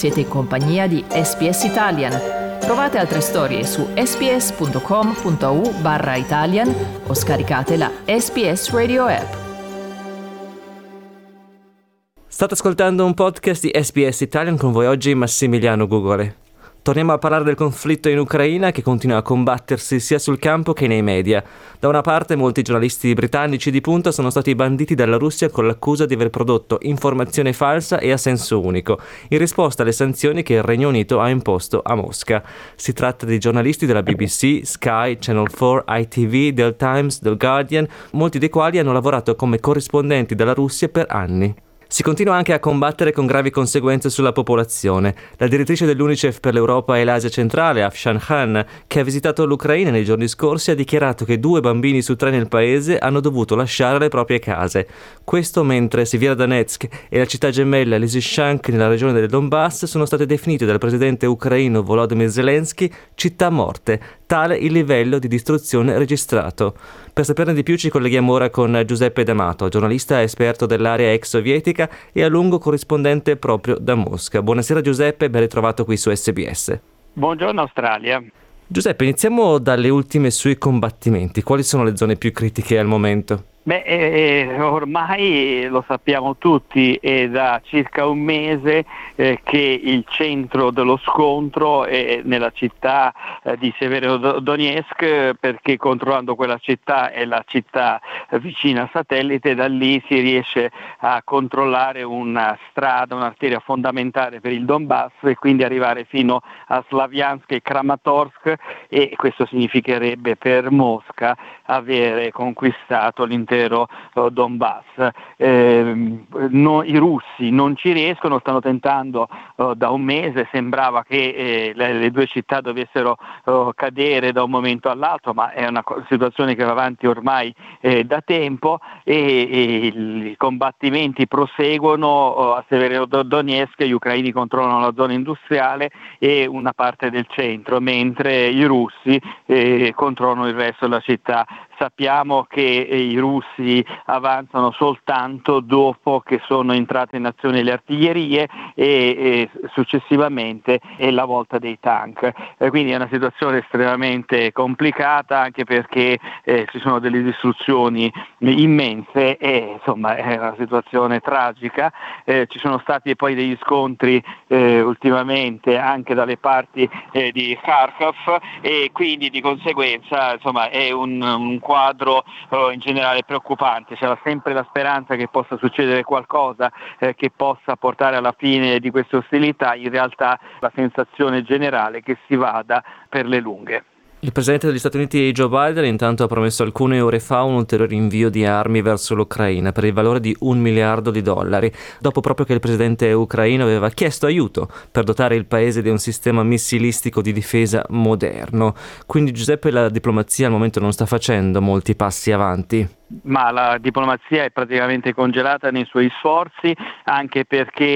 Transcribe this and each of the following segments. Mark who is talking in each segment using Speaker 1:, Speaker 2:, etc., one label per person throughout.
Speaker 1: Siete in compagnia di SPS Italian. Trovate altre storie su sps.com.au/Italian o scaricate la SPS Radio app.
Speaker 2: State ascoltando un podcast di SPS Italian, con voi oggi Massimiliano Gugole. Torniamo a parlare del conflitto in Ucraina, che continua a combattersi sia sul campo che nei media. Da una parte, molti giornalisti britannici di punta sono stati banditi dalla Russia con l'accusa di aver prodotto informazione falsa e a senso unico, in risposta alle sanzioni che il Regno Unito ha imposto a Mosca. Si tratta di giornalisti della BBC, Sky, Channel 4, ITV, The Times, The Guardian, molti dei quali hanno lavorato come corrispondenti dalla Russia per anni. Si continua anche a combattere con gravi conseguenze sulla popolazione. La direttrice dell'UNICEF per l'Europa e l'Asia centrale, Afshan Khan, che ha visitato l'Ucraina nei giorni scorsi, ha dichiarato che 2 bambini su 3 nel paese hanno dovuto lasciare le proprie case. Questo mentre Severodonetsk e la città gemella Lysychansk nella regione del Donbass sono state definite dal presidente ucraino Volodymyr Zelensky città morte, tale il livello di distruzione registrato. Per saperne di più ci colleghiamo ora con Giuseppe D'Amato, giornalista esperto dell'area ex sovietica e a lungo corrispondente proprio da Mosca. Buonasera Giuseppe, ben ritrovato qui su SBS.
Speaker 3: Buongiorno Australia.
Speaker 2: Giuseppe, iniziamo dalle ultime sui combattimenti. Quali sono le zone più critiche al momento?
Speaker 3: Ormai lo sappiamo tutti, è da circa un mese che il centro dello scontro è nella città di Severodonetsk, perché controllando quella città è la città vicina satellite, da lì si riesce a controllare una strada, un'arteria fondamentale per il Donbass e quindi arrivare fino a Slaviansk e Kramatorsk, e questo significherebbe per Mosca avere conquistato l'intero Donbass. I russi non ci riescono, stanno tentando da un mese, sembrava che le 2 città dovessero cadere da un momento all'altro, ma è una situazione che va avanti ormai da tempo, e i combattimenti proseguono a Severodonetsk. Gli ucraini controllano la zona industriale e una parte del centro, mentre i russi controllano il resto della città. Sappiamo che i russi avanzano soltanto dopo che sono entrate in azione le artiglierie e successivamente è la volta dei tank. Quindi è una situazione estremamente complicata, anche perché ci sono delle distruzioni immense e insomma è una situazione tragica. Ci sono stati poi degli scontri ultimamente anche dalle parti di Kharkov, e quindi di conseguenza insomma è un quadro in generale preoccupante. C'era sempre la speranza che possa succedere qualcosa che possa portare alla fine di queste ostilità. In realtà la sensazione generale è che si vada per le lunghe.
Speaker 2: Il presidente degli Stati Uniti Joe Biden intanto ha promesso alcune ore fa un ulteriore invio di armi verso l'Ucraina per il valore di $1 miliardo, dopo proprio che il presidente ucraino aveva chiesto aiuto per dotare il paese di un sistema missilistico di difesa moderno. Quindi Giuseppe, la diplomazia al momento non sta facendo molti passi avanti.
Speaker 3: Ma la diplomazia è praticamente congelata nei suoi sforzi, anche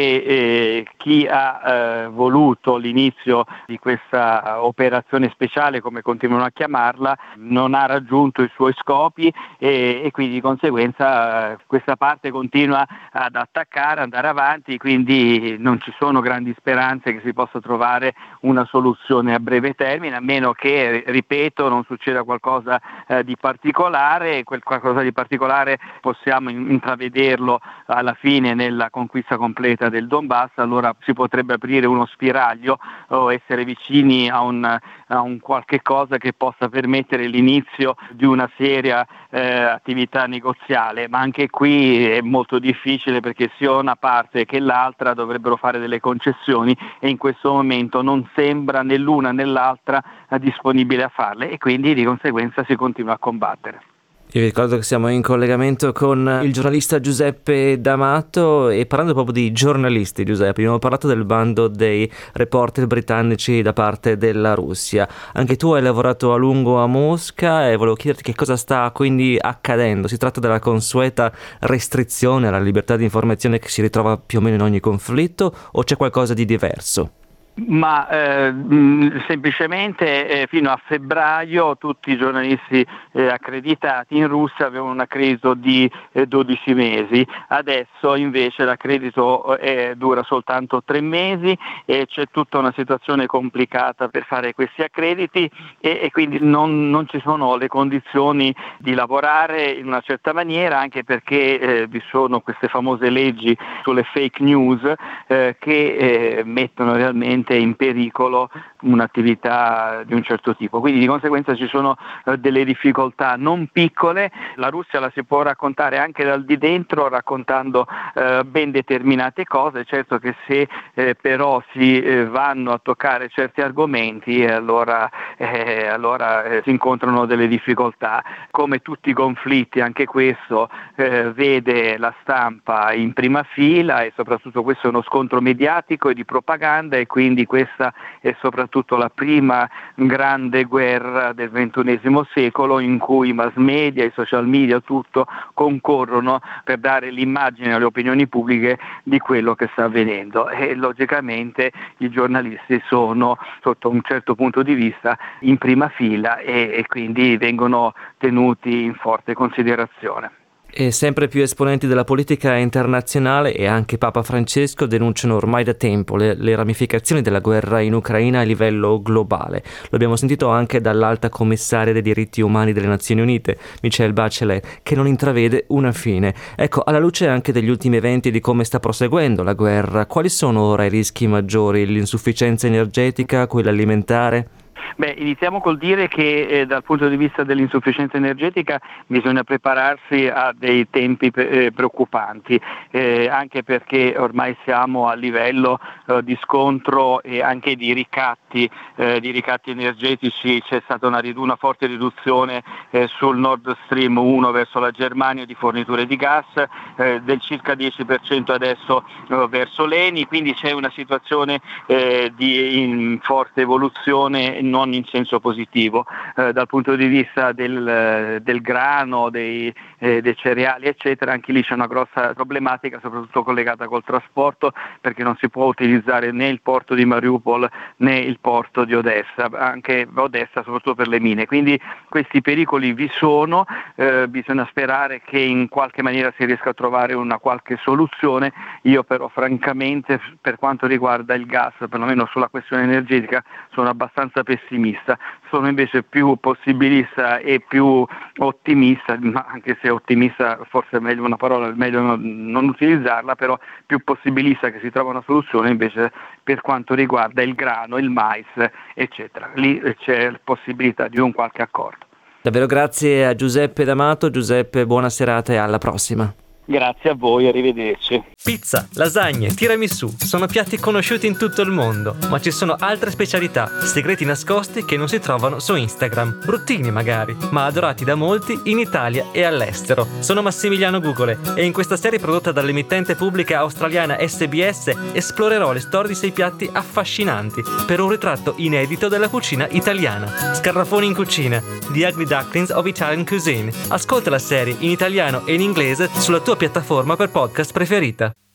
Speaker 3: perché chi ha voluto l'inizio di questa operazione speciale, come continuano a chiamarla, non ha raggiunto i suoi scopi, e quindi di conseguenza questa parte continua ad attaccare, andare avanti, quindi non ci sono grandi speranze che si possa trovare una soluzione a breve termine, a meno che, ripeto, non succeda qualcosa di particolare. Qualcosa di particolare possiamo intravederlo alla fine nella conquista completa del Donbass. Allora si potrebbe aprire uno spiraglio o essere vicini a un qualche cosa che possa permettere l'inizio di una seria attività negoziale, ma anche qui è molto difficile, perché sia una parte che l'altra dovrebbero fare delle concessioni, e in questo momento non sembra né l'una né l'altra disponibile a farle, e quindi di conseguenza si continua a combattere.
Speaker 2: Io vi ricordo che siamo in collegamento con il giornalista Giuseppe D'Amato, e parlando proprio di giornalisti, Giuseppe, abbiamo parlato del bando dei reporter britannici da parte della Russia. Anche tu hai lavorato a lungo a Mosca e volevo chiederti che cosa sta quindi accadendo. Si tratta della consueta restrizione alla libertà di informazione che si ritrova più o meno in ogni conflitto, o c'è qualcosa di diverso?
Speaker 3: Ma semplicemente fino a febbraio tutti i giornalisti accreditati in Russia avevano un accredito di 12 mesi, adesso invece l'accredito dura soltanto 3 mesi e c'è tutta una situazione complicata per fare questi accrediti e quindi non ci sono le condizioni di lavorare in una certa maniera, anche perché vi sono queste famose leggi sulle fake news che mettono realmente in pericolo un'attività di un certo tipo, quindi di conseguenza ci sono delle difficoltà non piccole. La Russia la si può raccontare anche dal di dentro raccontando ben determinate cose, certo che se però si vanno a toccare certi argomenti allora si incontrano delle difficoltà. Come tutti i conflitti anche questo vede la stampa in prima fila e soprattutto questo è uno scontro mediatico e di propaganda, e quindi questa è soprattutto la prima grande guerra del XXI secolo in cui i mass media, i social media, tutto concorrono per dare l'immagine alle opinioni pubbliche di quello che sta avvenendo e logicamente i giornalisti sono sotto un certo punto di vista in prima fila e quindi vengono tenuti in forte considerazione.
Speaker 2: E sempre più esponenti della politica internazionale e anche Papa Francesco denunciano ormai da tempo le ramificazioni della guerra in Ucraina a livello globale. Lo abbiamo sentito anche dall'alta commissaria dei diritti umani delle Nazioni Unite, Michelle Bachelet, che non intravede una fine. Ecco, alla luce anche degli ultimi eventi e di come sta proseguendo la guerra, quali sono ora i rischi maggiori? L'insufficienza energetica, quella alimentare?
Speaker 3: Iniziamo col dire che dal punto di vista dell'insufficienza energetica bisogna prepararsi a dei tempi preoccupanti, anche perché ormai siamo a livello di scontro e anche di ricatti energetici. C'è stata una forte riduzione sul Nord Stream 1 verso la Germania di forniture di gas, del circa 10% adesso verso l'Eni, quindi c'è una situazione in forte evoluzione non in senso positivo. Dal punto di vista del grano, dei cereali eccetera, anche lì c'è una grossa problematica soprattutto collegata col trasporto, perché non si può utilizzare né il porto di Mariupol né il porto di Odessa, anche Odessa soprattutto per le mine, quindi questi pericoli vi sono, bisogna sperare che in qualche maniera si riesca a trovare una qualche soluzione. Io però francamente per quanto riguarda il gas, perlomeno sulla questione energetica, sono abbastanza pessimista, sono invece più possibilista e più ottimista, ma anche se ottimista forse è meglio una parola, meglio non utilizzarla, però più possibilista che si trova una soluzione invece per quanto riguarda il grano, il mais eccetera. Lì c'è la possibilità di un qualche accordo.
Speaker 2: Davvero grazie a Giuseppe D'Amato. Giuseppe, buona serata e alla prossima.
Speaker 3: Grazie a voi, arrivederci.
Speaker 2: Pizza, lasagne, tiramisù sono piatti conosciuti in tutto il mondo, ma ci sono altre specialità, segreti nascosti che non si trovano su Instagram, bruttini magari, ma adorati da molti in Italia e all'estero. Sono Massimiliano Gugole e in questa serie prodotta dall'emittente pubblica australiana SBS esplorerò le storie di 6 piatti affascinanti per un ritratto inedito della cucina italiana. Scarafoni in cucina, The Ugly Ducklings of Italian Cuisine. Ascolta la serie in italiano e in inglese sulla tua piattaforma per podcast preferita.